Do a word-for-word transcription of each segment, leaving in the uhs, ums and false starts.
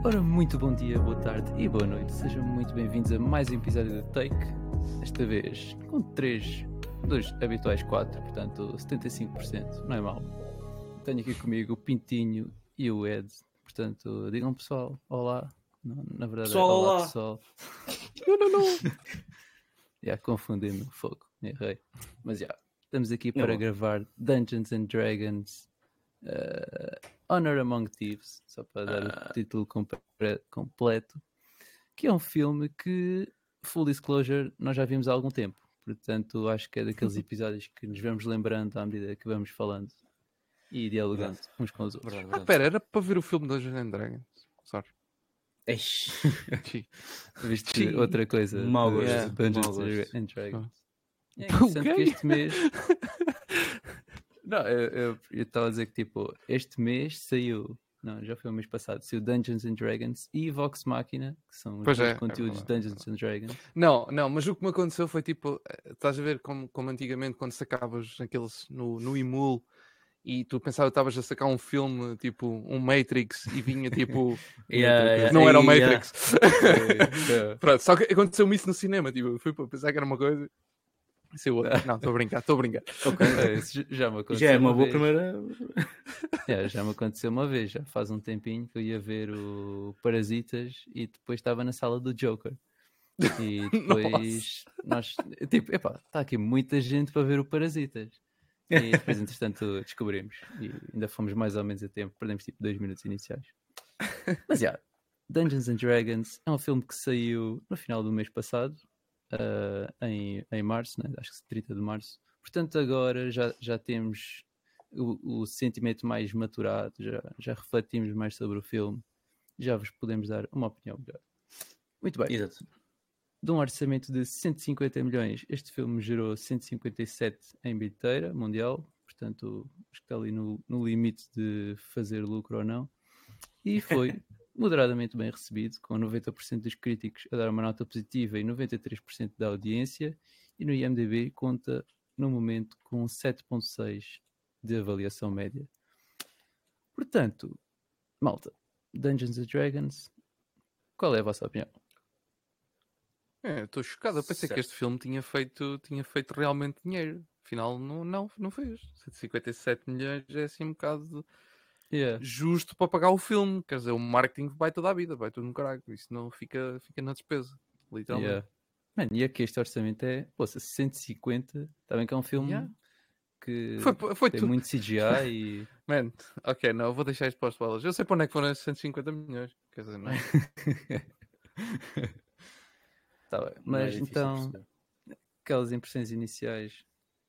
Ora, muito bom dia, boa tarde e boa noite. Sejam muito bem-vindos a mais um episódio do Take. Esta vez com três dos habituais quatro, portanto setenta e cinco por cento, não é mau. Tenho aqui comigo o Pintinho e o Ed, portanto digam pessoal, olá. Não, na verdade pessoal, é olá, olá. pessoal. Não, não, não. Já confundi-me, fogo, errei. Mas já, estamos aqui É para bom. gravar Dungeons and Dragons uh, Honor Among Thieves, só para dar Ah. o título compre- completo, que é um filme que, full disclosure, nós já vimos há algum tempo. Portanto, acho que é daqueles episódios que nos vamos lembrando à medida que vamos falando e dialogando Verdade. uns com os outros. Verdade, Ah, verdade. pera, era para ver o filme Dungeons and Dragons. Sorry. Eish. Sim. Viste Sim. outra coisa Mau de gosto, Yeah. Dungeons mau gosto. and Dragons. É O interessante quê? que este mês... Não, eu estava a dizer que tipo, este mês saiu... Não, já foi o mês passado. Saiu Dungeons and Dragons e Vox Machina, que são os Pois dois é, é conteúdos de verdade, é Dungeons and Dragons. Não, não, mas o que me aconteceu foi tipo, eh, estás a ver como, como antigamente quando sacavas aqueles no, no Emul e tu pensavas que estavas a sacar um filme tipo um Matrix e vinha tipo. E outra Yeah, coisa. yeah, Não era o yeah. Matrix. É, Pronto, só que aconteceu-me isso no cinema, tipo, fui para pensar que era uma coisa. Isso é outra. Não, estou a brincar, estou a brincar. Ok. É, isso já me aconteceu Já é uma boa vez. primeira. É, já me aconteceu uma vez, já faz um tempinho que eu ia ver o Parasitas e depois estava na sala do Joker. E depois nós, tipo, epá, está aqui muita gente para ver o Parasitas. E depois, entretanto, descobrimos e ainda fomos mais ou menos a tempo, perdemos tipo dois minutos iniciais. Mas já, yeah, Dungeons and Dragons é um filme que saiu no final do mês passado, uh, em, em março, né? Acho que trinta de março. Portanto, agora já, já temos o, o sentimento mais maturado, já, já refletimos mais sobre o filme, já vos podemos dar uma opinião melhor. Muito bem. Exato. De um orçamento de cento e cinquenta milhões, este filme gerou cento e cinquenta e sete em bilheteira mundial, portanto, acho que está ali no, no limite de fazer lucro ou não. E foi moderadamente bem recebido, com noventa por cento dos críticos a dar uma nota positiva e noventa e três por cento da audiência, e no I M D B conta, no momento, com sete vírgula seis de avaliação média. Portanto, malta, Dungeons and Dragons, qual é a vossa opinião? É, estou chocado. Eu pensei Certo. que este filme tinha feito, tinha feito realmente dinheiro. Afinal, não, não, não fez. cento e cinquenta e sete milhões é assim um bocado Yeah. justo para pagar o filme. Quer dizer, o marketing vai toda a vida, vai tudo no caralho. Isso não fica, fica na despesa, literalmente. Yeah. Man, e aqui este orçamento é, poxa, cento e cinquenta, está bem que é um filme Yeah. que Foi, foi tem tudo. muito C G I e... Man, ok, não, eu vou deixar isto para as balas. Eu sei para onde é que foram esses cento e cinquenta milhões. Quer dizer, não. Tá bem, Não é mas difícil então, perceber. aquelas impressões iniciais...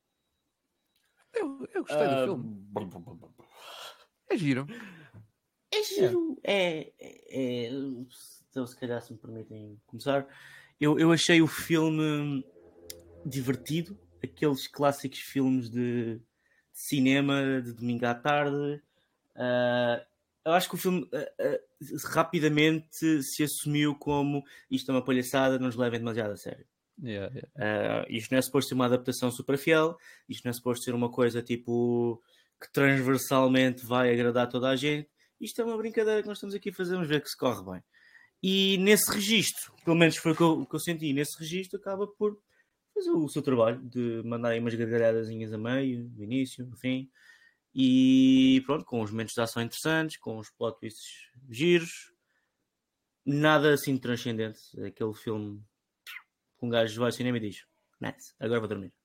Eu, eu gostei do Ah, filme. bum, bum, bum, bum. É giro. É giro. É, é, é. Então, se calhar, se me permitem começar, eu, eu achei o filme divertido. Aqueles clássicos filmes de, de cinema de domingo à tarde. Ah, eu acho que o filme ah, ah, rapidamente se assumiu como isto é uma palhaçada, não nos levem demasiado a sério. Yeah, yeah. Uh, isto não é suposto ser uma adaptação super fiel, isto não é suposto ser uma coisa tipo que transversalmente vai agradar toda a gente. Isto é uma brincadeira que nós estamos aqui a fazer, vamos ver que se corre bem. E nesse registro, pelo menos foi o que eu, o que eu senti, nesse registro acaba por fazer o seu trabalho de mandar aí umas gargalhadazinhas a meio, no início, no fim, e pronto, com os momentos de ação interessantes, com os plot twists giros, nada assim de transcendente. Aquele filme um gajo vai ao cinema e diz: nice, agora vou dormir.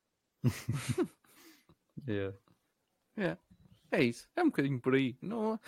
Yeah. É, é isso. É um bocadinho por aí. Não...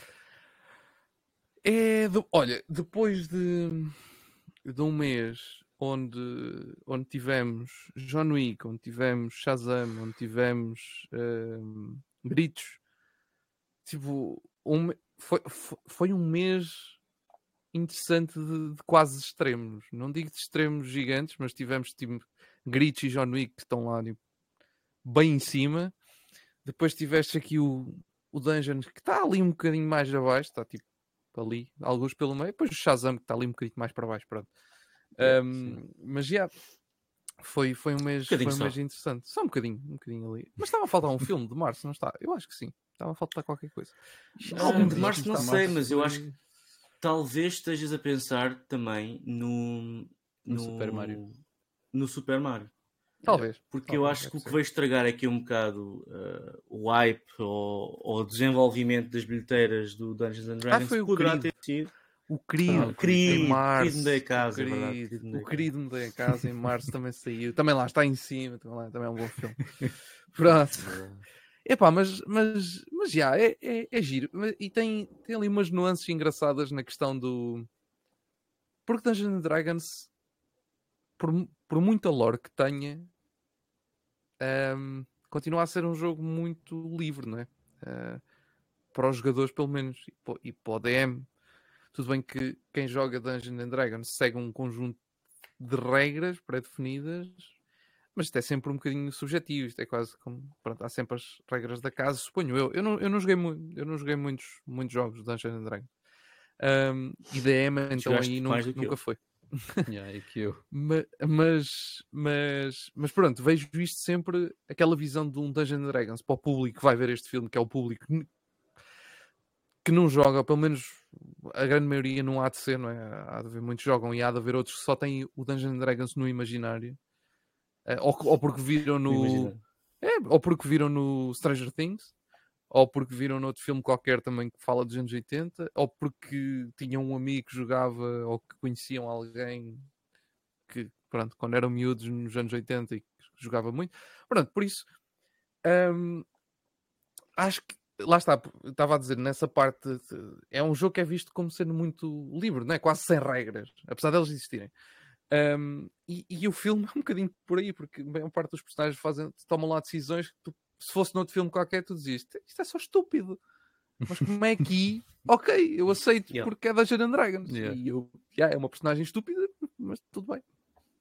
É de... Olha, depois de, de um mês onde, onde tivemos John Wick, onde tivemos Shazam, onde tivemos hum, gritos, tipo, um... me- foi, foi, foi um mês interessante de, de quase extremos. Não digo de extremos gigantes, mas tivemos tipo, gritos e John Wick que estão lá tipo, bem em cima. Depois tiveste aqui o, o Dungeon que está ali um bocadinho mais abaixo, está tipo ali, alguns pelo meio. Depois o Shazam que está ali um bocadinho mais para baixo. Pronto. Yeah, Um, mas já foi, foi um mês, Um foi bocadinho um mês só. interessante. Só um bocadinho, um bocadinho ali. Mas estava a faltar um filme de março, não está? Eu acho que sim. Estava a faltar qualquer coisa. Álbum de Sim, março, não sim, sei, sim. mas eu acho que talvez estejas a pensar também no, No Super Mario. No Super Mario. Talvez. Porque talvez, eu acho deve que o que ser. veio estragar aqui um bocado uh, o hype ou, ou o desenvolvimento das bilheteiras do Dungeons and Dragons foi o poderá querido. ter sido. O querido, Ah, em querido, março. querido me dei a casa, o é verdade, querido, querido me dei o a querido me dei a casa em março também saiu. Também lá está em cima, também, lá, também é um bom filme. Pronto. Epá, mas, mas, mas já, é, é, é giro. Mas- E tem, tem ali umas nuances engraçadas na questão do. Porque Dungeons and Dragons, por, mu- por muita lore que tenha, ahm, continua a ser um jogo muito livre, não é? Ah, para os jogadores, pelo menos, e para, o- e para o D M. Tudo bem que quem joga Dungeons and Dragons segue um conjunto de regras pré-definidas, mas isto é sempre um bocadinho subjetivo. Isto é quase como. Pronto, há sempre as regras da casa, suponho eu. Eu não, eu não joguei, mu- eu não joguei muitos, muitos jogos de Dungeons and Dragons. Um, e D M, então Jogaste aí mais nunca, do que nunca eu. foi. Yeah, e que eu. Ma- Mas, mas, mas pronto, vejo isto sempre aquela visão de um Dungeons and Dragons para o público que vai ver este filme, que é o público que que não joga, pelo menos a grande maioria não há de ser, não é? Há de haver muitos que jogam e há de haver outros que só têm o Dungeons and Dragons no imaginário, eh, ou, ou porque viram no Imagina. é, ou porque viram no Stranger Things, ou porque viram noutro filme qualquer também que fala dos anos oitenta, ou porque tinham um amigo que jogava ou que conheciam alguém que, pronto, quando eram miúdos nos anos oitenta e que jogava muito. Pronto, por isso hum, acho que lá está, estava a dizer, nessa parte de- é um jogo que é visto como sendo muito livre, não é? Quase sem regras, apesar delas existirem. Um, e, e o filme é um bocadinho por aí, porque a maior parte dos personagens fazem, tomam lá decisões que tu, se fosse noutro filme qualquer, tu dizias isto é só estúpido, mas como é aqui, ok, eu aceito Yeah. porque é da Dungeons and Dragons Yeah. e eu, yeah, é uma personagem estúpida, mas tudo bem.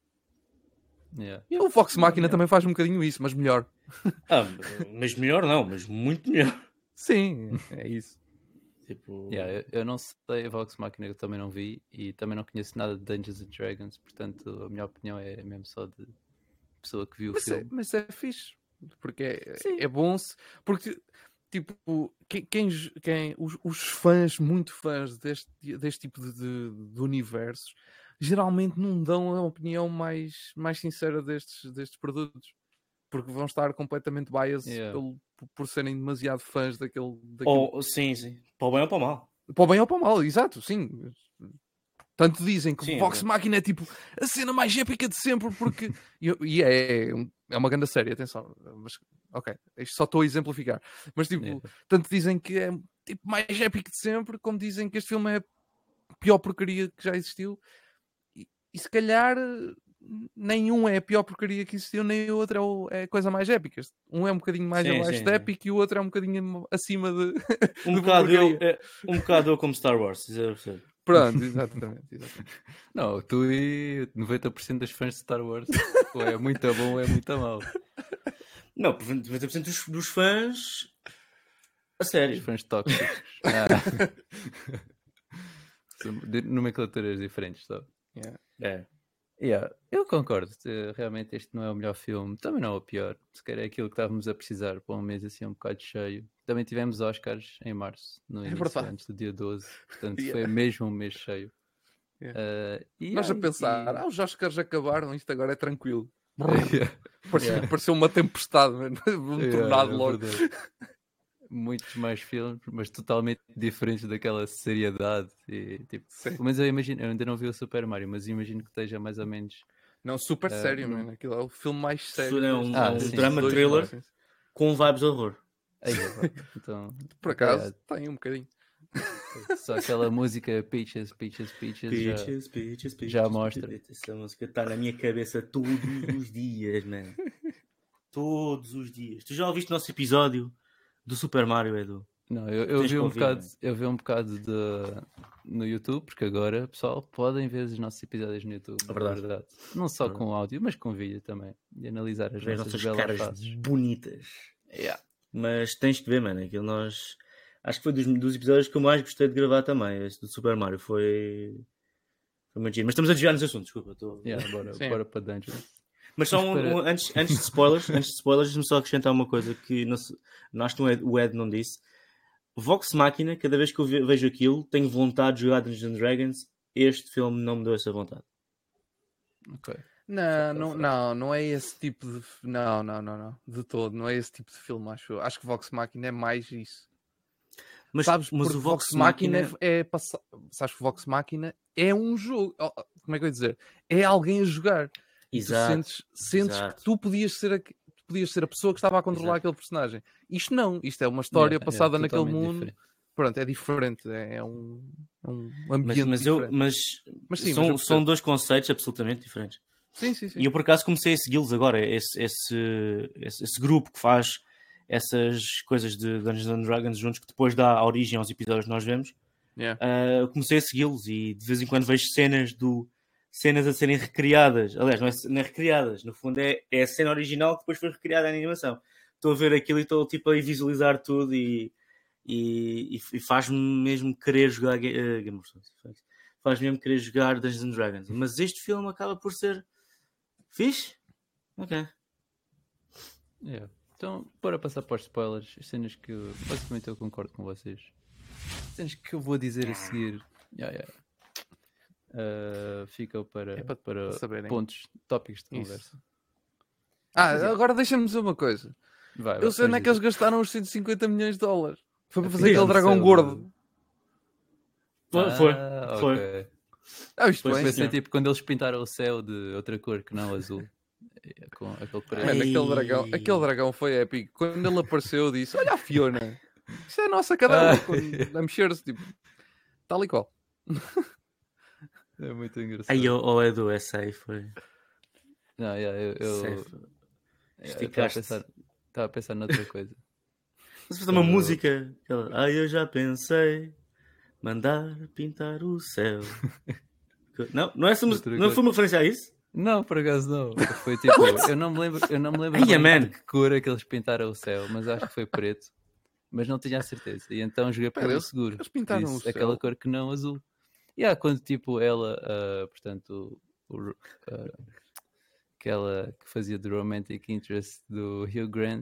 Yeah. E o Vox Machina Yeah. também faz um bocadinho isso, mas melhor. Ah, mas melhor não, mas muito melhor. Sim, é isso. Tipo, Yeah, eu, eu não sei, a Vox Machina eu também não vi e também não conheço nada de Dungeons and Dragons, portanto a minha opinião é mesmo só de pessoa que viu o Mas é, filme. mas é fixe, porque é, Sim. é bom se, porque tipo, quem, quem, quem- os, os fãs, muito fãs deste, deste tipo de, de, de universos, geralmente não dão a opinião mais, mais sincera destes, destes produtos, porque vão estar completamente biased Yeah. pelo, por, por serem demasiado fãs daquele, daquele ou, sim, sim. Para o bem ou para o mal. para o bem ou para o mal, exato, sim. Tanto dizem que Sim, o Vox exato. Machina é tipo a cena mais épica de sempre, porque. e e é, é uma grande série, atenção. Mas, ok, isto só estou a exemplificar. Mas, tipo, Yeah. tanto dizem que é tipo, mais épico de sempre, como dizem que este filme é a pior porcaria que já existiu. E, e se calhar nenhum é a pior porcaria que existiu, nem o outro é, o, é a coisa mais épica. Um é um bocadinho mais Sim, abaixo sim, de sim. épico e o outro é um bocadinho acima de, Um de bocado, eu, porcaria. é, um bocado eu como Star Wars, se eu percebo. Pronto, exatamente. exatamente. Não, tu e noventa por cento dos fãs de Star Wars ou é muito bom ou é muito mau. Não, noventa por cento dos, dos fãs a Os sério. fãs tóxicos. Ah. São de nomenclaturas diferentes, sabe? Yeah. É. Yeah, eu concordo. eh, Realmente este não é o melhor filme, também não é o pior. Se calhar é aquilo que estávamos a precisar para um mês assim um bocado cheio. Também tivemos Oscars em março, no É início, verdade. antes do dia doze. Portanto, Yeah. foi mesmo um mês cheio. Yeah. Eh, e, Nós a ai, pensar, e- ah, os Oscars acabaram, isto agora é tranquilo. Yeah, Pareceu, yeah, pareceu uma tempestade, mano. um yeah, tornado é logo. verdade. Muitos mais filmes, mas totalmente diferentes daquela seriedade. E, tipo, Sim. mas eu imagino, eu ainda não vi o Super Mario, mas imagino que esteja mais ou menos. Não, super Ah, sério, não- mano. Aquilo é o filme mais sério. É um, destes- é Ah, um sim, drama dois thriller filmes. com vibes de horror. Aí, é bem. Então, Por acaso, yeah, tem um bocadinho. só aquela música Peaches, Peaches, Peaches já, Peaches, peaches, peaches, já peaches. mostra. Essa música está na minha cabeça todos os dias, mano. Todos os dias. Tu já ouviste o nosso episódio do Super Mario, Edu? Não, eu, eu Tens vi que um ouvir, bocado, mano. eu vi um bocado de, no YouTube, porque agora, pessoal, podem ver os nossos episódios no YouTube, É verdade. verdade. Não só Verdade. com áudio, mas com vídeo também. E analisar as Ver as nossas nossas belas caras faces. bonitas. Yeah. Mas tens que ver, mano. Aquilo nós. Acho que foi dos, dos episódios que eu mais gostei de gravar também. Esse do Super Mario foi. Foi muito giro. Mas estamos a desviar-nos do assunto, desculpa. Tô... Yeah, bora, Sim. bora para Dungeons. Mas só Mas um, para- um- antes, antes de spoilers, antes de spoilers, deixa-me só acrescentar uma coisa que não, se- não acho que o Ed, o Ed não disse. Vox Machina, cada vez que eu vejo aquilo, tenho vontade de jogar Dungeons and Dragons. Este filme não me deu essa vontade. Ok. Não, não, não, não é esse tipo de. Não, não, não, não. De todo, não é esse tipo de filme, acho eu. Acho que Vox Machina é mais isso. Mas, Sabes, mas porque o Vox Vox Machina Machina... é, é passar. Sabes que Vox Machina é um jogo. Oh, como é que eu ia dizer? É alguém a jogar. E Exato, tu sentes, sentes exato. que tu podias ser, a, tu podias ser a pessoa que estava a controlar Exato. aquele personagem. Isto não, isto é uma história Yeah, passada yeah, naquele totalmente mundo. diferente. Pronto, é diferente, é, é um, é um Mas, ambiente mas, eu, diferente. mas, Mas sim, são, mas eu são percebo. dois conceitos absolutamente diferentes. Sim, sim, sim. E eu por acaso comecei a segui-los agora, esse, esse, esse, esse grupo que faz essas coisas de Dungeons and Dragons juntos, que depois dá origem aos episódios que nós vemos. Yeah. Uh, comecei a segui-los e de vez em quando vejo cenas do cenas a serem recriadas. Aliás, não é, não é recriadas, no fundo é, é a cena original que depois foi recriada em animação. Estou a ver aquilo e estou tipo, a visualizar tudo e, e, e faz-me mesmo querer jogar uh, Game of Thrones. Faz mesmo querer jogar Dungeons and Dragons. Mas este filme acaba por ser fixe? Ok. Yeah. Então, para passar para os spoilers, as cenas que eu, basicamente eu concordo com vocês. As cenas que eu vou dizer a seguir, yeah, yeah. Uh, ficam para, É para- para para saberem. pontos, tópicos de Isso. conversa. Ah, Mas, yeah. agora deixa-me dizer uma coisa. Vai, vai, Eu sei onde é podes que eles dizer. gastaram os cento e cinquenta milhões de dólares. Foi para A fazer pintar aquele o dragão céu gordo. de- Foi, foi, Ah, foi. ok. Ah, isto Pois bem. foi, Vai ser senhor. tipo quando eles pintaram o céu de outra cor que não azul. É, com aquele preto. Mano, aquele Ai. dragão, aquele dragão foi épico. Quando ele apareceu, eu disse: Olha a Fiona, isso é a nossa cadela. Ah. Quando a mexer-se, tipo, tal e qual. É muito engraçado. Aí, o oh, Edu, essa aí foi. Não, yeah, eu, eu, Safe. eu estava a Esticaste. pensar, estava a pensar noutra coisa. Mas fazer uma Quando- música. Aquela, Ai, eu já pensei mandar pintar o céu. Não, não, é essa, música- Outra não foi uma referência a isso? Não, por acaso não. Foi tipo, eu não me lembro, eu não me lembro Ai, bem man. de que cor é que eles pintaram o céu, mas acho que foi preto. Mas não tinha a certeza. E então joguei Pera, pelo eles- seguro. eles pintaram Disse o céu? aquela cor que não azul. E há quando tipo ela, ah, portanto, o, o, ah, aquela que fazia de romantic interest do Hugh Grant.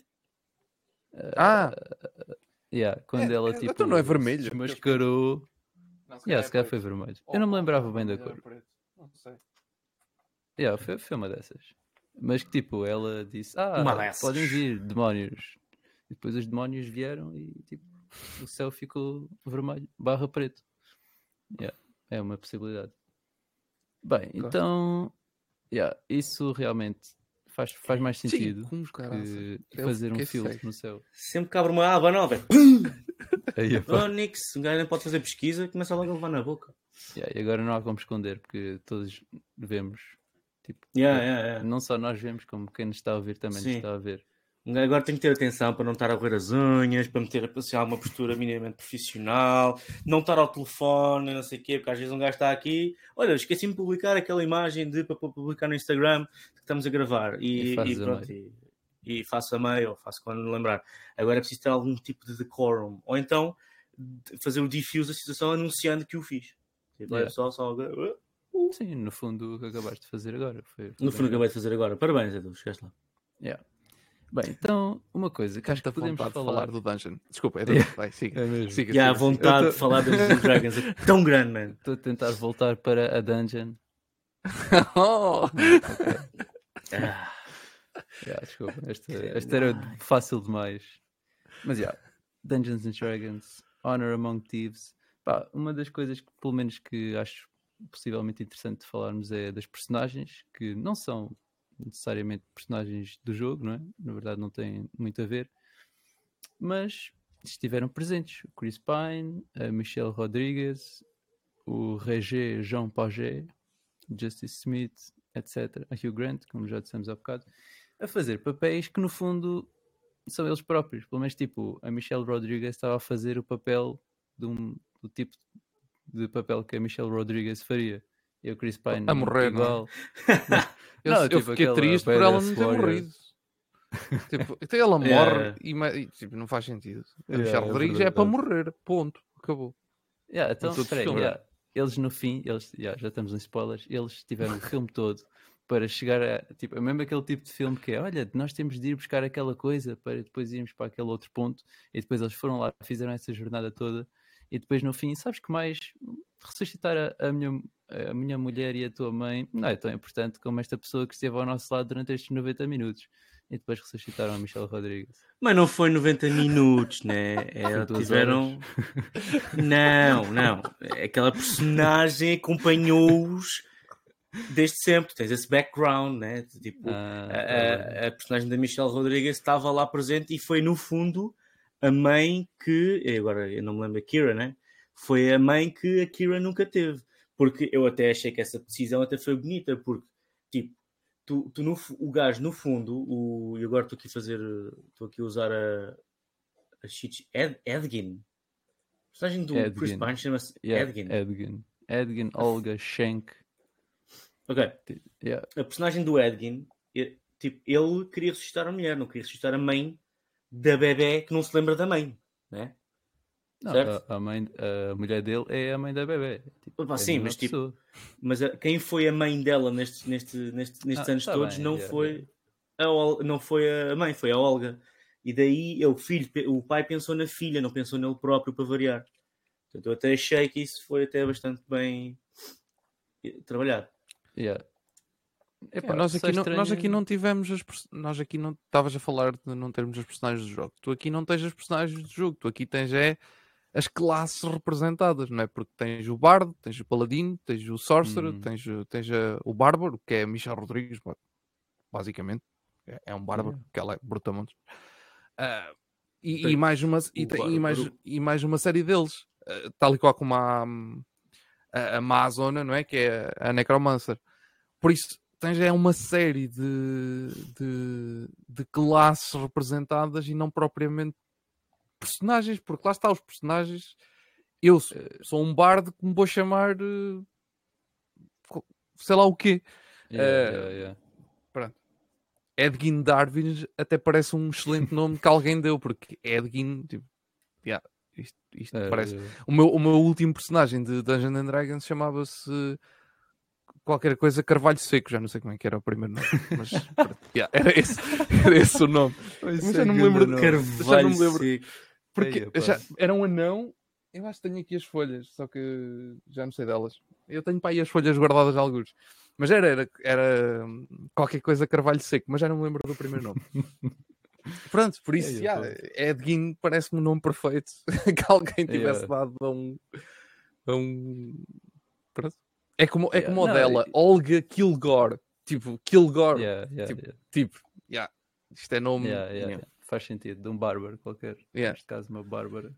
Ah, Yeah, quando É, ela é, tipo então não é se vermelho? desmascarou. Yeah, se calhar foi vermelho. Eu não me lembrava bem da cor. Não sei. Yeah, foi, foi uma dessas. Mas que tipo, ela disse: Ah, Uma dessas. podem vir, demónios. E depois os demónios vieram e tipo, o céu ficou vermelho, barra preto. Yeah, é uma possibilidade. Bem, Gosto. então, yeah, isso realmente faz, faz mais Sim, sentido como caraças. que Eu fazer um fiquei filtro cego. no céu. Sempre que abre uma aba nova. Aí, epá. Oh, Nix, um gajo não pode fazer pesquisa, começa logo a levar na boca. Yeah, e agora não há como esconder, porque todos vemos. Tipo, Yeah, yeah, yeah. não só nós vemos, como quem nos está a ouvir também nos Sim. está a ver. Um gajo agora tem que ter atenção para não estar a roer as unhas, para meter assim, uma postura minimamente profissional, não estar ao telefone, não sei o quê, porque às vezes um gajo está aqui, olha, esqueci-me de publicar aquela imagem de, para publicar no Instagram que estamos a gravar e, E fazes e a pronto, e, e faço a meio ou faço quando me lembrar. Agora é preciso ter algum tipo de decorum, ou então fazer o diffuse da situação anunciando que o fiz. Tipo, olha Yeah. só, só agora. Sim, no fundo o que acabaste de fazer agora. Foi, foi No fundo bem acabei de fazer agora. Parabéns, Edu, chegaste lá. Yeah. Bem, então, uma coisa que acho que Tanta podemos vontade de falar. falar do Dungeon. Desculpa, é do... Yeah. Vai, siga. É mesmo. Siga, E a siga, siga. vontade Eu tô- de falar dos Dungeons and Dragons é tão grande, man. Estou a tentar voltar para a dungeon. Oh! Ah, Yeah, desculpa, esta, esta era fácil demais. Mas yeah, Dungeons and Dragons, Honor Among Thieves. Pá, uma das coisas que, pelo menos, que acho possivelmente interessante de falarmos é das personagens, que não são necessariamente personagens do jogo, não é? Na verdade não têm muito a ver, mas estiveram presentes. O Chris Pine, a Michelle Rodriguez, o Roger Jean Paget, Justice Smith, etcétera. A Hugh Grant, como já dissemos há bocado, a fazer papéis que no fundo são eles próprios. Pelo menos tipo, a Michelle Rodriguez estava a fazer o papel de um, do tipo de papel que a Michelle Rodriguez faria. E o Chris Pine A morrer, não é? igual. Eu, Não, eu tipo fiquei aquela triste por ela não badass ter warrior. morrido. Tipo, até ela morre Yeah. e, ma- e, tipo, não faz sentido. A Yeah, Michelle é Rodrigues verdade. é para morrer. Ponto. Acabou. Yeah, então, todo espera aí, filme. yeah. Eles no fim, eles, yeah, já estamos em spoilers, eles tiveram o filme todo para chegar a, tipo, é mesmo aquele tipo de filme que é, olha, nós temos de ir buscar aquela coisa para depois irmos para aquele outro ponto, e depois eles foram lá, fizeram essa jornada toda, e depois no fim, sabes que mais ressuscitar a, a, minha, a minha mulher e a tua mãe não é tão importante como esta pessoa que esteve ao nosso lado durante estes noventa minutos, e depois ressuscitaram a Michelle Rodrigues. Mas não foi noventa minutos, né? É, duas tiveram... Não, não. Aquela personagem acompanhou-os desde sempre. Tens esse background, né? Tipo, Ah, a, tá a, a personagem da Michelle Rodrigues estava lá presente e foi, no fundo, a mãe que... Agora, eu não me lembro, a Kira, né? Foi a mãe que a Kira nunca teve. Porque eu até achei que essa decisão até foi bonita, porque, tipo, tu, tu no, o gajo, no fundo, o, e agora estou aqui a fazer... Estou aqui a usar a... a Cheech, Ed, Edgin. A personagem do Edgin. Chris Pine chama-se Yeah, Edgin. Edgin. Edgin, Olga, Schenk. Ok. Yeah. A personagem do Edgin, é, tipo, ele queria ressuscitar a mulher, não queria ressuscitar a mãe da bebé que não se lembra da mãe, né? Não, Certo? a, a, mãe, a mulher dele é a mãe da bebé. Tipo, Opa, é a sim, mesma mas tipo, pessoa. mas a, quem foi a mãe dela nestes, nestes, nestes, nestes Ah, anos tá todos bem, não, yeah, foi yeah. A Ol- não foi a mãe, foi a Olga. E daí o filho, o pai pensou na filha, não pensou nele próprio, para variar. Portanto, eu até achei que isso foi até bastante bem trabalhado. Yeah. É, Epá, nós, só aqui não, estranho- nós aqui não tivemos as pers- nós aqui não estavas a falar de não termos as personagens do jogo. Tu aqui não tens as personagens do jogo, tu aqui tens é as classes representadas, não é? Porque tens o Bardo, tens o Paladino, tens o Sorcerer, Hum. tens, o- tens a- o Bárbaro, que é a Michelle Rodrigues, ba- basicamente. É, é um bárbaro, Yeah. que ela é brutamontes. Ah, e, e Bem, mais uma, e, o tem- e mais, Bárbaro. e mais uma série deles, ah, tal e qual como a, a, a Amazona, não é? Que é a Necromancer. Por isso, tens é uma série de, de, de classes representadas e não propriamente personagens, porque lá está os personagens. Eu sou, sou um bardo que me vou chamar eh, co- sei lá o quê. Yeah, Eh, yeah, yeah. Pronto. Edgin Darwin até parece um excelente nome que alguém deu, porque Edgin, tipo, yeah, isto, isto Eh, parece. O meu, o meu último personagem de Dungeons and Dragons chamava-se qualquer coisa Carvalho Seco, já não sei como é que era o primeiro nome, mas pronto, yeah, era, esse, era esse o nome. Isso Mas é já não me grande lembro nome. de já não me lembro. Seco. Porque Eia, pá. já, era um anão, eu acho que tenho aqui as folhas, só que já não sei delas. Eu tenho para aí as folhas guardadas alguns. Mas era, era, era hum, qualquer coisa Carvalho Seco, mas já não me lembro do primeiro nome. Pronto, por isso, Eia, yeah, pá. Edgin parece-me um nome perfeito que alguém tivesse Yeah. dado a um. A um... Pronto. É como, é Yeah, como o não, dela, e- Olga Kilgore. Tipo, Kilgore. Yeah, yeah, Tipo, yeah. tipo yeah, isto é nome. Yeah, yeah, yeah. yeah. Faz sentido, de um bárbaro qualquer. Yeah. Neste caso, uma bárbara.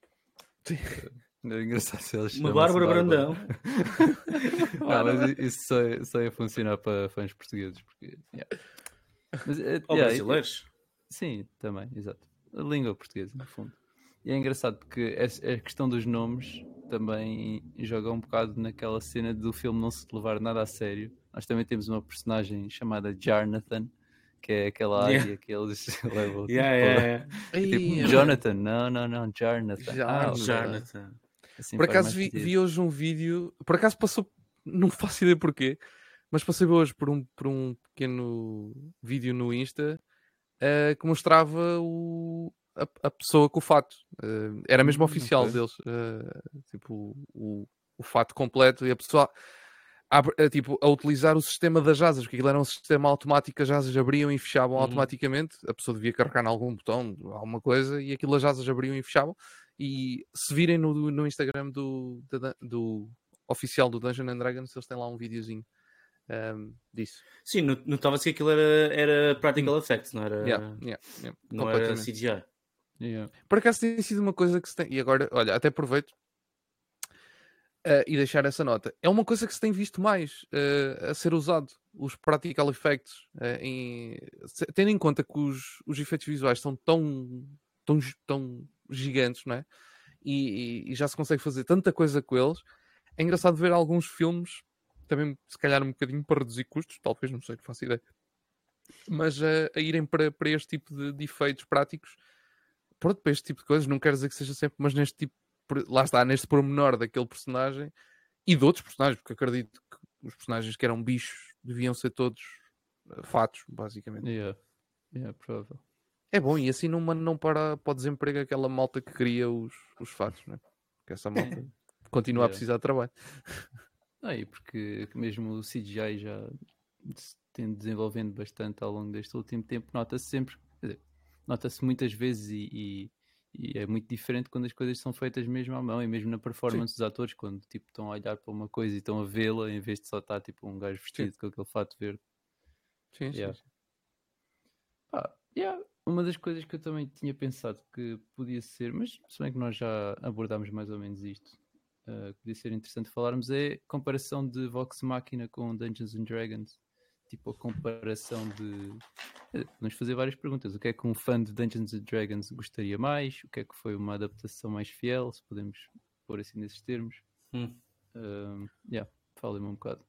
É engraçado se eles Uma chamam-se Bárbara Bárbara. Brandão. Não, mas i- isso só, é- só ia funcionar para fãs portugueses. Porque, yeah. Mas, eh, Ou yeah, brasileiros. sim, também, exato. A língua portuguesa, no fundo. E é engraçado porque a a questão dos nomes também joga um bocado naquela cena do filme não se levar nada a sério. Nós também temos uma personagem chamada Jarnathan, que é aquela Yeah. águia que eles levam. Yeah, tipo, yeah, yeah. e tipo, Ai, Jonathan, não, não, não, Jarnathan. Ah, Jarnathan. ok. Jonathan. Assim Por faz acaso mais vi, sentido. vi hoje um vídeo, por acaso passou, não faço ideia porquê, mas passei hoje por um, por um pequeno vídeo no Insta eh, que mostrava o, a, a pessoa com o fato. Eh, era mesmo Hum, oficial ok. deles, eh, tipo o, o fato completo e a pessoa abre- eh, tipo, a utilizar o sistema das asas, porque aquilo era um sistema automático, as asas abriam e fechavam Uhum. automaticamente, a pessoa devia carregar em algum botão, alguma coisa, e aquilo as asas abriam e fechavam. E se virem no, no Instagram do, da- do oficial do Dungeons and Dragons, eles têm lá um videozinho ehm, disso. Sim, no- notava-se que aquilo era, era practical effects, não era, Yeah, yeah, yeah, não era completamente. C G I. Yeah. Por acaso tem sido uma coisa que se tem. E agora, olha, até aproveito eh, e deixar essa nota. É uma coisa que se tem visto mais eh, a ser usado, os practical effects, eh, em- se- tendo em conta que os, os efeitos visuais são tão, tão, gi- tão gigantes, não é? E, e- e já se consegue fazer tanta coisa com eles. É engraçado ver alguns filmes, também se calhar um bocadinho para reduzir custos, talvez, não sei, não faço ideia, mas eh, a irem para, para este tipo de, de efeitos práticos. Pronto, para este tipo de coisas, não quero dizer que seja sempre, mas neste tipo, por- lá está, neste pormenor daquele personagem e de outros personagens, porque acredito que os personagens que eram bichos deviam ser todos uh, fatos, basicamente. Yeah. Yeah, provável. É bom, e assim não mandam para, para o desemprego aquela malta que cria os, os fatos, né? Porque essa malta continua Yeah. a precisar de trabalho. Ah, e porque mesmo o C G I já se tem desenvolvendo bastante ao longo deste último tempo, nota-se sempre, quer dizer, nota-se muitas vezes e, e, e é muito diferente quando as coisas são feitas mesmo à mão e mesmo na performance Sim. dos atores, quando tipo, estão a olhar para uma coisa e estão a vê-la em vez de só estar tipo um gajo vestido Sim. com aquele fato verde. Sim, yeah. sim, sim. Ah, yeah. Uma das coisas que eu também tinha pensado que podia ser, mas se bem que nós já abordámos mais ou menos isto, uh, podia ser interessante falarmos, é a comparação de Vox Machina com Dungeons and Dragons. Tipo, a comparação de... Podemos fazer várias perguntas. O que é que um fã de Dungeons and Dragons gostaria mais? O que é que foi uma adaptação mais fiel? Se podemos pôr assim nesses termos. Hum. Uh, yeah, falem-me um bocado.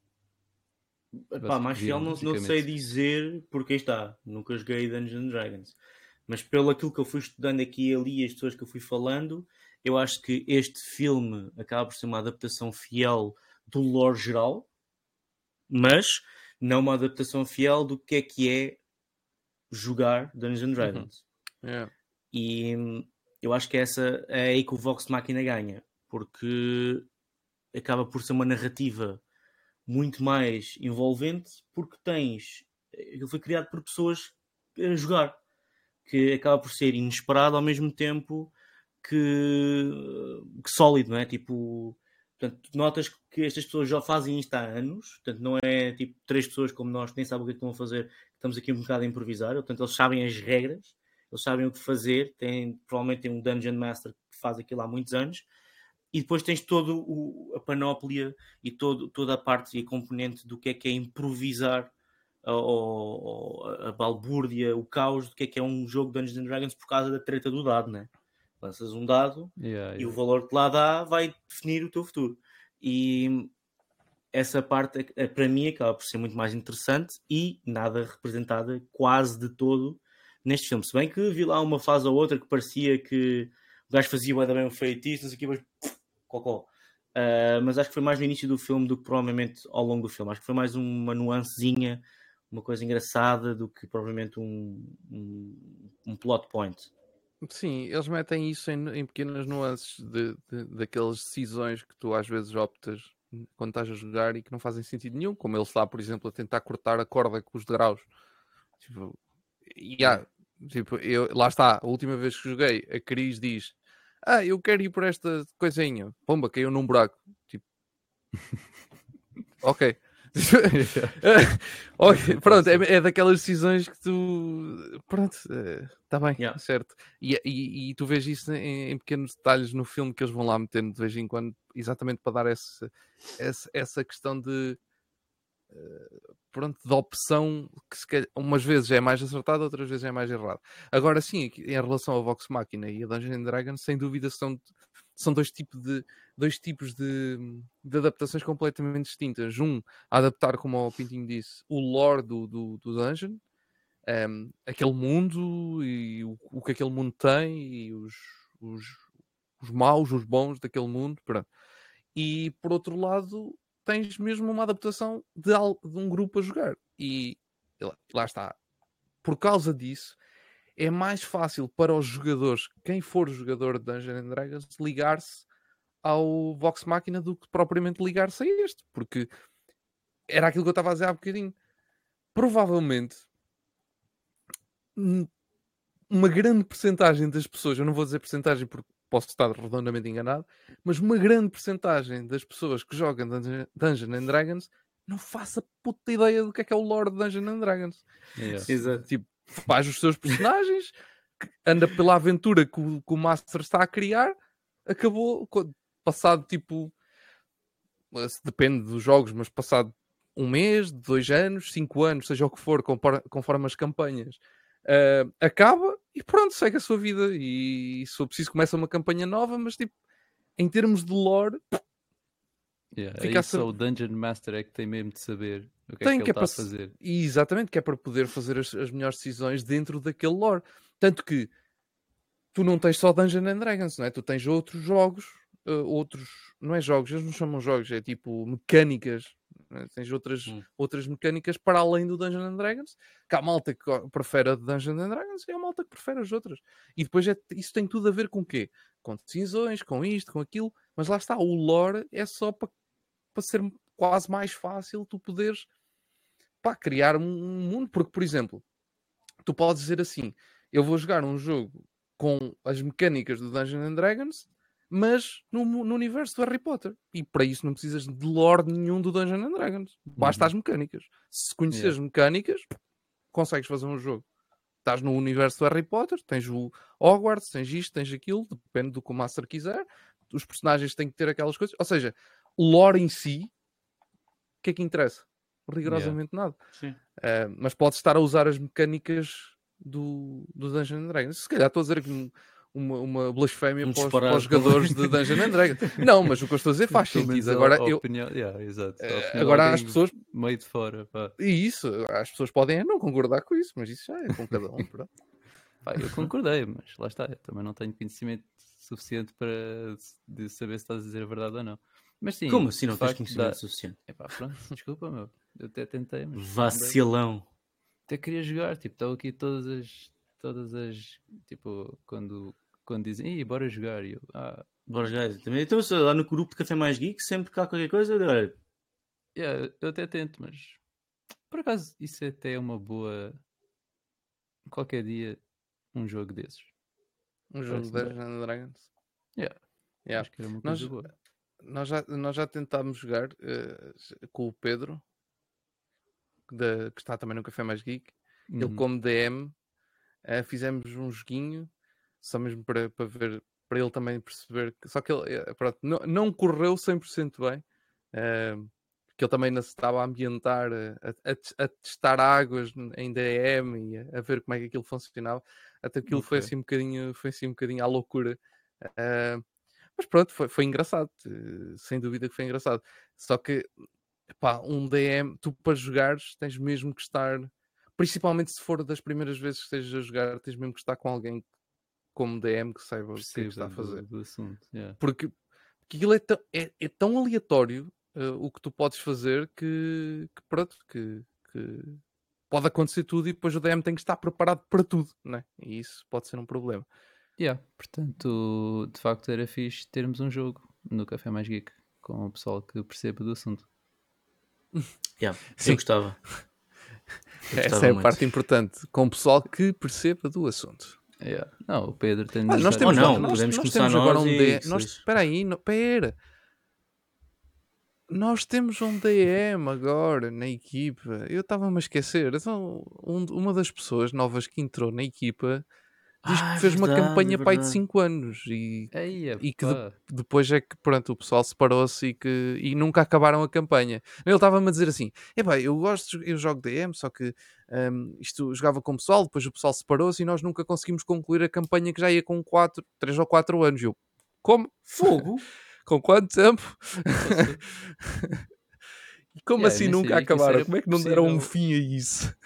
Pá, mais fiel não, não sei dizer, porque aí está, nunca joguei Dungeons and Dragons, mas pelo aquilo que eu fui estudando aqui e ali, as pessoas que eu fui falando, eu acho que este filme acaba por ser uma adaptação fiel do lore geral, mas não uma adaptação fiel do que é que é jogar Dungeons and Dragons. Uhum. Yeah. E eu acho que essa é aí que o Vox Machina ganha, porque acaba por ser uma narrativa muito mais envolvente, porque tens... Ele foi criado por pessoas a jogar, que acaba por ser inesperado ao mesmo tempo que, que sólido, não é? Tipo, portanto, notas que estas pessoas já fazem isto há anos, portanto, não é tipo três pessoas como nós que nem sabem o que é que estão a fazer, estamos aqui um bocado a improvisar, portanto, eles sabem as regras, eles sabem o que fazer, têm, provavelmente tem um Dungeon Master que faz aquilo há muitos anos. E depois tens toda a panóplia e todo, toda a parte e a componente do que é que é improvisar a, a, a balbúrdia, o caos do que é que é um jogo de Dungeons and Dragons por causa da treta do dado, né? Lanças um dado yeah, e yeah. o valor que lá dá vai definir o teu futuro. E essa parte, para mim, acaba por ser muito mais interessante e nada representada quase de todo neste filme. Se bem que vi lá uma fase ou outra que parecia que o gajo fazia bem um feitiço, não sei o que, mas... Cocó. Uh, mas acho que foi mais no início do filme do que provavelmente ao longo do filme. Acho que foi mais uma nuancezinha, uma coisa engraçada do que provavelmente um, um, um plot point. Sim, eles metem isso em, em pequenas nuances de, de, daquelas decisões que tu às vezes optas quando estás a jogar e que não fazem sentido nenhum, como ele está, por exemplo, a tentar cortar a corda com os degraus. Tipo, yeah, é. tipo eu, lá está, a última vez que joguei, a Cris diz: ah, eu quero ir por esta coisinha. Pomba, caiu num buraco. Tipo, ok. okay. Pronto, é, é daquelas decisões que tu. Pronto, está bem, yeah. certo. E, e, e tu vês isso em, em pequenos detalhes no filme que eles vão lá metendo de vez em quando, exatamente para dar esse, esse, essa questão de. Pronto, de opção que se calhar, umas vezes é mais acertada, outras vezes é mais errada. Agora sim, em relação ao Vox Machina e a Dungeons and Dragons, sem dúvida são, são dois tipos de dois tipos de, de adaptações completamente distintas. Um, a adaptar, como o Pintinho disse, o lore do, do, do Dungeon, um, aquele mundo e o, o que aquele mundo tem e os, os, os maus, os bons daquele mundo. Pronto. E por outro lado, tens mesmo uma adaptação de, de um grupo a jogar. E lá, lá está. Por causa disso, é mais fácil para os jogadores, quem for jogador de Dungeons and Dragons, ligar-se ao Vox Machina do que propriamente ligar-se a este. Porque era aquilo que eu estava a dizer há bocadinho. Provavelmente, uma grande percentagem das pessoas, eu não vou dizer percentagem porque posso estar redondamente enganado, mas uma grande percentagem das pessoas que jogam Dungeons and Dragons não faça puta ideia do que é que é o lore de Dungeons and Dragons. Yeah. Exato. Tipo, faz os seus personagens, anda pela aventura que o, que o Master está a criar, acabou, passado tipo, depende dos jogos, mas passado um mês, dois anos, cinco anos, seja o que for, conforme as campanhas, uh, acaba e pronto, segue a sua vida. E se for preciso, começa uma campanha nova, mas tipo, em termos de lore, yeah, fica aí só a... o Dungeon Master é que tem mesmo de saber o que tem é que, que ele é está para... a fazer. E exatamente, que é para poder fazer as, as melhores decisões dentro daquele lore. Tanto que tu não tens só Dungeons and Dragons, não é? Tu tens outros jogos, uh, outros, não é jogos, eles não chamam jogos, é tipo mecânicas né? Tens outras, Hum. outras mecânicas para além do Dungeons and Dragons, que há malta que go- prefere a de Dungeons and Dragons e há malta que prefere as outras. E depois é, isso tem tudo a ver com o quê? Com decisões, com isto, com aquilo, mas lá está, o lore é só para para ser quase mais fácil tu poderes pá, criar um um mundo, porque por exemplo, tu podes dizer assim, eu vou jogar um jogo com as mecânicas do Dungeons and Dragons, mas no, mu- no universo do Harry Potter. E para isso não precisas de lore nenhum do Dungeons and Dragons. Basta Uhum. as mecânicas. Se conheceres Yeah. mecânicas, consegues fazer um jogo. Estás no universo do Harry Potter, tens o Hogwarts, tens isto, tens aquilo, depende do que o Master quiser. Os personagens têm que ter aquelas coisas. Ou seja, o lore em si, o que é que interessa? Rigorosamente nada. Sim. Uh, mas podes estar a usar as mecânicas do, do Dungeons and Dragons. Se calhar estou a dizer aqui um- uma, uma blasfémia Um para, os, disparate para os jogadores de Dungeons and Dragons. Não, mas o que eu estou a dizer faz Pelo menos sentido. a- Agora, a eu, opinião, yeah, exato. A uh, opinião de agora as alguém pessoas. meio de fora, pá. E isso, as pessoas podem não concordar com isso, mas isso já é com cada um. Pronto. Pá, eu concordei, mas lá está, eu também não tenho conhecimento suficiente para de saber se estás a dizer a verdade ou não. Mas sim, Como assim de não tens facto, conhecimento dá... suficiente? Epá, pronto, desculpa, meu. Eu até tentei, mas não dei. Vacilão. Até queria jogar, tipo, estão aqui todas as, todas as, tipo, quando, quando dizem, Ih, bora jogar, e eu, ah, Bora jogar. Também então, sei lá no grupo de Café Mais Geek, sempre que há qualquer coisa, eu digo, olha, yeah, eu até tento, mas por acaso isso até é uma boa, qualquer dia, um jogo desses. Um jogo de Parece-me bem. Dungeons and Dragons. Yeah, Yeah. acho que era uma Nós, coisa boa. nós, já, nós já tentámos jogar uh, com o Pedro, da- que está também no Café Mais Geek. Ele, Uhum. como D M, uh, fizemos um joguinho, só mesmo para, para ver, para ele também perceber. Que, só que ele, eh, pronto, não, não correu cem por cento bem. Uh, porque ele também ainda se estava a ambientar, a, a, a testar águas em D M e a, a ver como é que aquilo funcionava. Até aquilo foi Ok. assim um bocadinho, foi assim um bocadinho à loucura. Uh, mas pronto, foi, foi engraçado. uh, Sem dúvida que foi engraçado. Só que, pá, um D M, tu para jogares tens mesmo que estar, principalmente se for das primeiras vezes que estejas a jogar, tens mesmo que estar com alguém como D M que saiba o que é que está Perceba a fazer. do, do assunto. Yeah. Porque, porque aquilo é tão, é, é tão aleatório uh, o que tu podes fazer que, que pronto, que, que pode acontecer tudo e depois o D M tem que estar preparado para tudo, né? E isso pode ser um problema. Yeah. Portanto, de facto era fixe termos um jogo no Café Mais Geek com o pessoal que perceba do assunto. yeah, Sim. eu gostava. Eu Essa gostava é a muito. parte importante, com o pessoal que perceba do assunto. Yeah. Não, o Pedro tem de Ah, nos nós dar temos, Ou não, ideias. nós, podemos nós começar temos agora nós um e D M. que Nós, seja. espera aí, não, pera. Nós temos um D M agora na equipa. Eu estava-me a esquecer. Então, um- uma das pessoas novas que entrou na equipa diz Ah, que é fez uma verdade, campanha é pai de verdade. cinco anos e, Eia, e que de- pá. depois é que pronto, o pessoal separou-se e, que, e nunca acabaram a campanha. Ele estava-me a dizer assim: epá, eu gosto, eu jogo D M, só que hum, isto jogava com o pessoal, depois o pessoal separou-se e nós nunca conseguimos concluir a campanha que já ia com quatro, três ou quatro anos. Eu, como? Fogo? Com quanto tempo? Poxa. E como Yeah, eu assim nem nunca sabia que isso acabaram? era Como é que não deram um possível. fim a isso?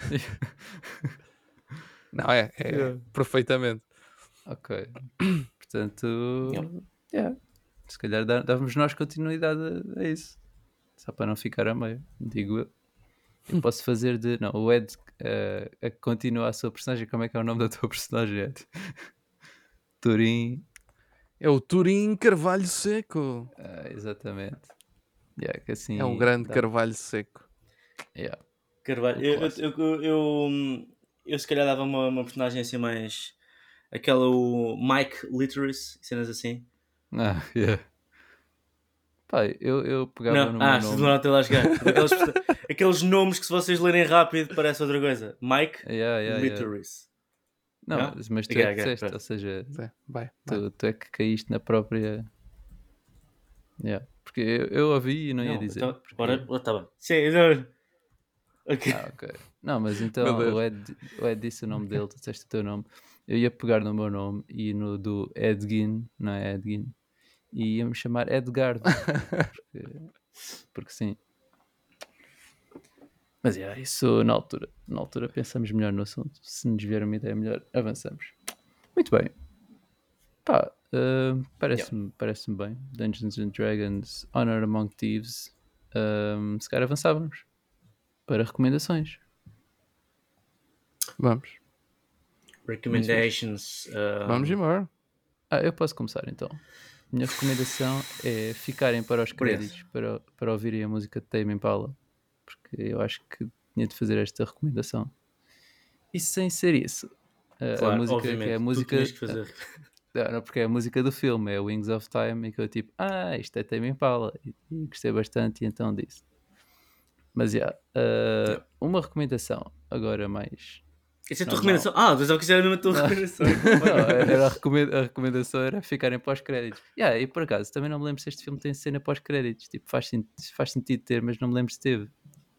Não, é, é Yeah. perfeitamente. Ok. Portanto, Yeah. yeah. Se calhar dá- dávamos nós continuidade a, a isso. Só para não ficar a meio, digo eu. Eu posso fazer de. Não, o Ed uh, a que continua a sua personagem. Como é que é o nome da tua personagem, Ed? Turim. É o Turim Carvalho Seco. Ah, exatamente. Yeah, que assim É um grande dá- Carvalho Seco. yeah, Carvalho. um Eu, eu, clássico. eu, eu, eu, eu se calhar dava uma, uma personagem assim mais. Aquela o Mike Literacy, cenas assim. Ah, yeah. Pá, eu, eu pegava Não, no ah, meu se nome. demorar até lá chegar. Tipo, aqueles, aqueles nomes que se vocês lerem rápido parece outra coisa. Mike Yeah, yeah, yeah. Literacy. Não, Não? mas, mas tu Ok, é que ok, disseste, pronto. ou seja, É, vai, vai. tu, tu é que caíste na própria. Yeah. Porque eu, eu ouvi e não ia Não, dizer. então, Porque... bora, oh, tá bem. Sim, não. Ok. Ah, ok. Não, mas Meu então Deus. o Ed, o Ed disse o nome dele, tu disseste o teu nome. Eu ia pegar no meu nome e no do Edgin, não é Edgin, e ia-me chamar Edgardo. porque, porque sim. Mas é, isso na altura. Na altura pensamos melhor no assunto. Se nos vier uma ideia melhor, avançamos. Muito bem. Pá, uh, parece-me parece bem. Dungeons and Dragons, Honor Among Thieves. um, se calhar avançávamos para recomendações. Vamos. Recommendations. um, Vamos embora. Ah, eu posso começar então. Minha recomendação é ficarem para os Obrigado. créditos para, para ouvirem a música de Tame Impala, porque eu acho que tinha de fazer esta recomendação. E sem ser isso, a, a Claro, música obviamente. que é a Tu música. tinhas que fazer. Não, não, porque é a música do filme, é Wings of Time, e que eu tipo, ah, isto é Tame Impala, e, e gostei bastante, e então disse. Mas já, yeah, uh, Yeah. uma recomendação, agora mais. Essa é a tua normal. recomendação? Ah, mas eu quisera mesmo a tua Não. recomendação. Não, era a, recomenda- a recomendação era ficarem pós-créditos. Yeah, e por acaso, também não me lembro se este filme tem cena pós-créditos. Tipo, faz, sen- faz sentido ter, mas não me lembro se teve.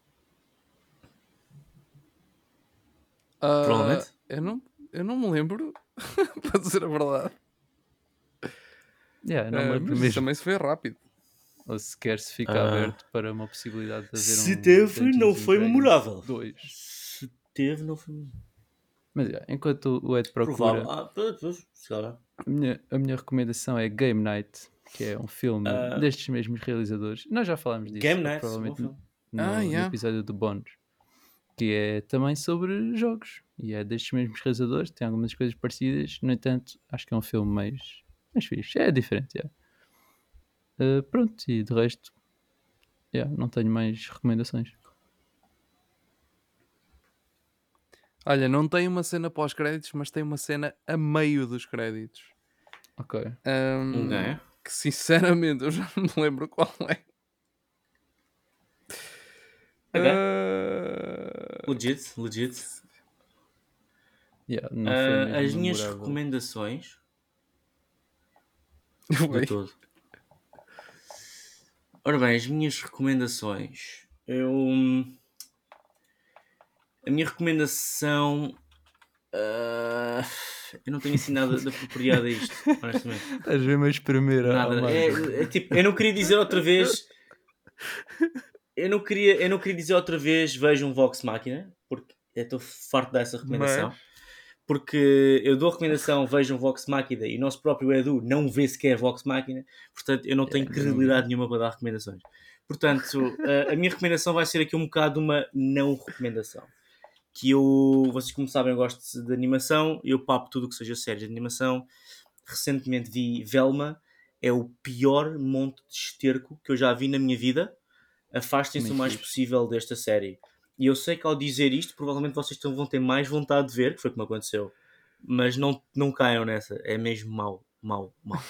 Ah, Provavelmente. eu, não, eu não me lembro, para dizer a verdade. Yeah, não me Ah, lembro mas isso mesmo. também se foi rápido. Ou sequer se fica Ah. aberto para uma possibilidade de haver Se um teve, Dungeons não and foi Dragons memorável. dois. Se teve, não foi Mas yeah, enquanto o Ed procura, provável. Ah, pois, pois, se calhar. a minha, a minha recomendação é Game Night, que é um filme Ah. destes mesmos realizadores. Nós já falámos disso, Game ou Night, bom provavelmente filme. no, Ah, no yeah. episódio do Bónus, que é também sobre jogos. E é destes mesmos realizadores, tem algumas coisas parecidas. No entanto, acho que é um filme mais, mais fixe. É diferente, yeah. Uh, pronto, e de resto, yeah, não tenho mais recomendações. Olha, não tem uma cena pós-créditos, mas tem uma cena a meio dos créditos. Ok. Ahm, Ok. Que sinceramente eu já não me lembro qual é. Ok. Ah, Legit, legit. Yeah, não Ah, foi as mesmo minhas memorável. recomendações foi. de todo. Ora bem, as minhas recomendações. Eu. A minha recomendação. ah, eu não tenho assim nada de apropriado a isto, honestamente. Estás mesmo a espremer a Nada. a É, Marvel. é tipo, eu não queria dizer outra vez. Eu não queria, eu não queria dizer outra vez vejam um Vox Machina, porque eu estou farto dessa recomendação. Mas Porque eu dou a recomendação vejam Vox Machina e o nosso próprio Edu não vê sequer Vox Machina, portanto eu não tenho ainda não vi. credibilidade nenhuma para dar recomendações. Portanto, a, a minha recomendação vai ser aqui um bocado uma não recomendação. Que eu, vocês como sabem, eu gosto de animação, eu papo tudo o que seja séries de animação. Recentemente vi Velma, é o pior monte de esterco que eu já vi na minha vida. Afastem-se Muito o mais fixe. possível desta série. E eu sei que ao dizer isto, provavelmente vocês tão- vão ter mais vontade de ver, que foi como aconteceu. Mas não, não caiam nessa. É mesmo mau, mau, mau.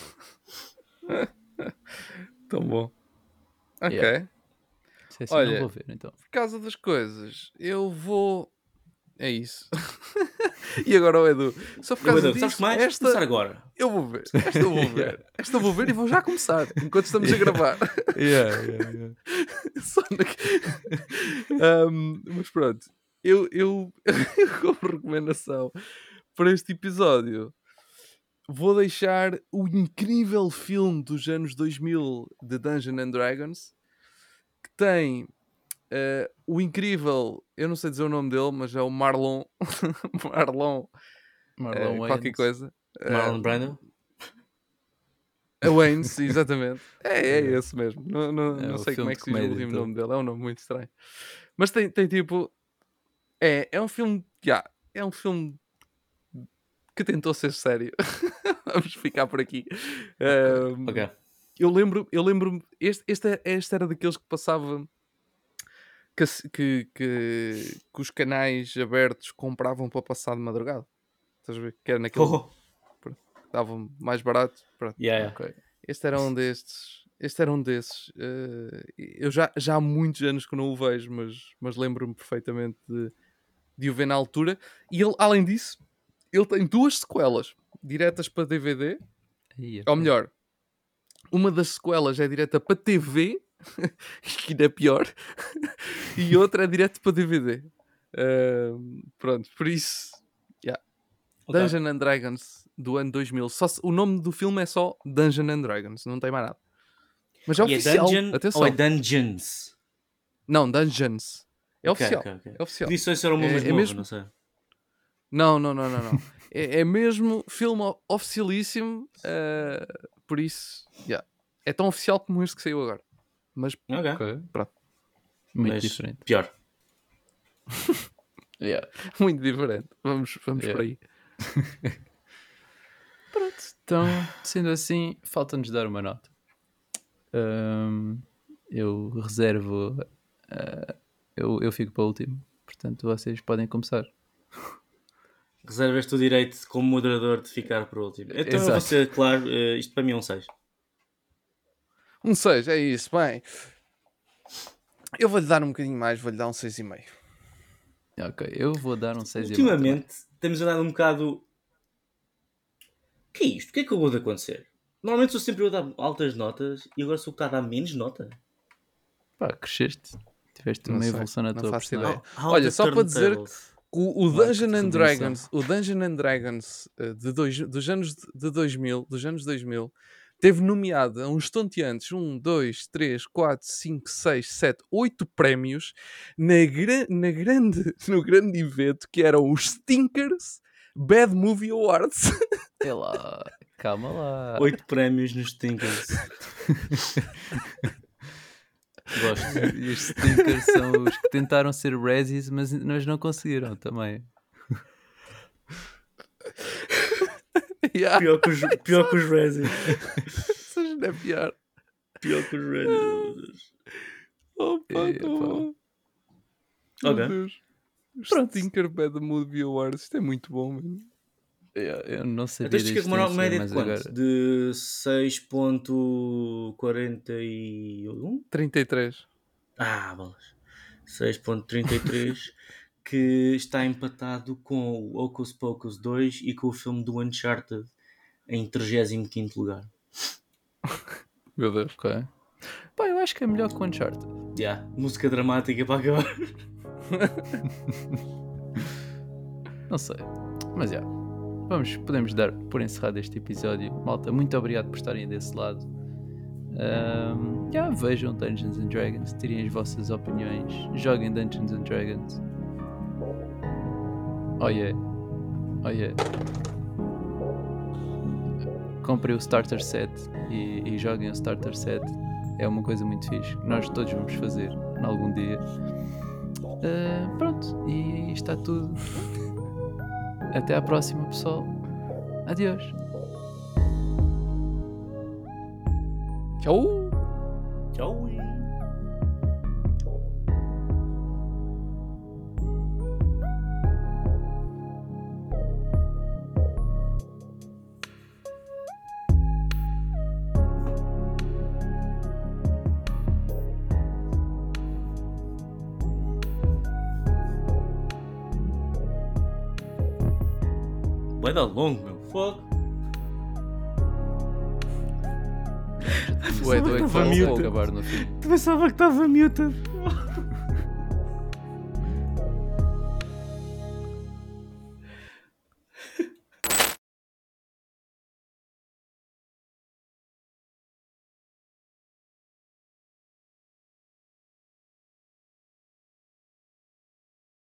tão bom. Ok. Yeah. Se é assim, Olha, não vou ver então. por causa das coisas, eu vou. É isso. E agora o Edu. Só por Eu, causa Edu, sabes disso, que mais? esta Começar agora. eu vou ver. Esta eu vou ver. Esta eu vou ver e vou já começar. Enquanto estamos a gravar. Yeah, yeah, yeah. Só na... Ahm, mas pronto. Eu, eu, como recomendação para este episódio, vou deixar o incrível filme dos anos dois mil de Dungeons and Dragons, que tem uh, o incrível, eu não sei dizer o nome dele, mas é o Marlon Marlon, Marlon uh, Wayans. qualquer coisa. Marlon Uh, Brando? A Waynes, exatamente. É, é Yeah. esse mesmo. Não, não, É não o sei como filme é de que se diz o comédia, último então. nome dele, é um nome muito estranho. Mas tem, tem tipo. É, é um filme. Yeah, é um filme que tentou ser sério. Vamos ficar por aqui. Um, Ok. Eu lembro, eu lembro-me. Este, este, é- este era daqueles que passava. Que, se- que, que, que os canais abertos compravam para passar de madrugada. Estás a ver? Que era naquele. Oh, que Estavam mais barato. Pronto. yeah, yeah. Ok. Este era um destes. Este era um desses. eh, eu já, já há muitos anos que não o vejo, mas, mas lembro-me perfeitamente de, de o ver na altura. E ele, além disso, ele tem duas sequelas diretas para D V D. Aí, Ou ok. melhor, uma das sequelas é direta para T V, que ainda é pior, e outra é direto para D V D. Ahm, pronto, por isso, yeah. Ok. Dungeons and Dragons do ano dois mil. Só se- o nome do filme é só Dungeons and Dragons, não tem mais nada. Mas é E é oficial, Dungeon atenção. ou é Dungeons? Não, Dungeons. É Ok, oficial. ok, ok. É oficial. Podia só ser uma É- luz é nova, mesmo- não sei. Não, não, não, não, não. é, é mesmo filme o- oficialíssimo. eh, por isso, yeah. É tão oficial como este que saiu agora. Mas Ok. Ok. Pronto. Muito Mas diferente. pior. Yeah. muito diferente. Vamos, vamos Yeah. por aí. Pronto. Então, sendo assim, falta-nos dar uma nota. Ahm, eu reservo. ah, eu, eu fico para o último. Portanto, vocês podem começar. Reservas-te o direito, como moderador, de ficar por último. Então eu vou Exato. ser claro, eh, isto para mim é um seis. Um seis, é isso. Bem, eu vou-lhe dar um bocadinho mais, vou-lhe dar um seis e meio. Ok, eu vou dar um seis e meio. Ultimamente temos andado um bocado. O que é isto? O que é que acabou de acontecer? Normalmente sou sempre eu a dar altas notas e agora sou o que está a dar menos nota. Pá, cresceste. Tiveste Não uma sei, evolução na não tua faço personalidade. ideia. Olha, só para dizer O, o Marca Dungeon de and revolução. Dragons, o Dungeon and Dragons uh, de dois, dos anos de dois mil, dos anos dois mil, teve nomeado a uns tonteantes um, dois, três, quatro, cinco, seis, sete, oito prémios na, gra na grande, no grande evento que eram os Stinkers Bad Movie Awards. É lá, calma lá. Oito prémios nos Stinkers. Gosto. E os stinkers são os que tentaram ser Razzies, mas nós não conseguiram também. Yeah. Pior que os, pior que os Razzies. Isso já é pior. Pior que os Razzies. Oh, pá, É, tá pá. bom. Meu Ok. Deus. Os Pronto. Stinker Bad Movie Awards, isto é muito bom, mano. É, eu não sabia Então isto fica com uma nota média de mas quanto? agora... De seis ponto quarenta e um? trinta e três. Ah, bolas. seis ponto trinta e três, que está empatado com o Hocus Pocus dois e com o filme do Uncharted em trigésimo quinto lugar. Meu Deus. Ok. Pá, eu acho que é melhor que o Uncharted. Yeah, música dramática para acabar. Não sei. Mas já. Vamos, podemos dar por encerrado este episódio. Malta, muito obrigado por estarem desse lado. Um, já, vejam Dungeons and Dragons, tirem as vossas opiniões, joguem Dungeons and Dragons. Oh yeah. Oh yeah. Comprem o Starter Set e, e joguem o Starter Set. É uma coisa muito fixe que nós todos vamos fazer em algum dia. Uh, pronto, e está tudo. Até à próxima, pessoal. Adeus. Tchau. Tchau. Vai dar longo, meu. Fogo. Ué, doido, Estava vamos muted. acabar no fim. Tu pensava que estava muted.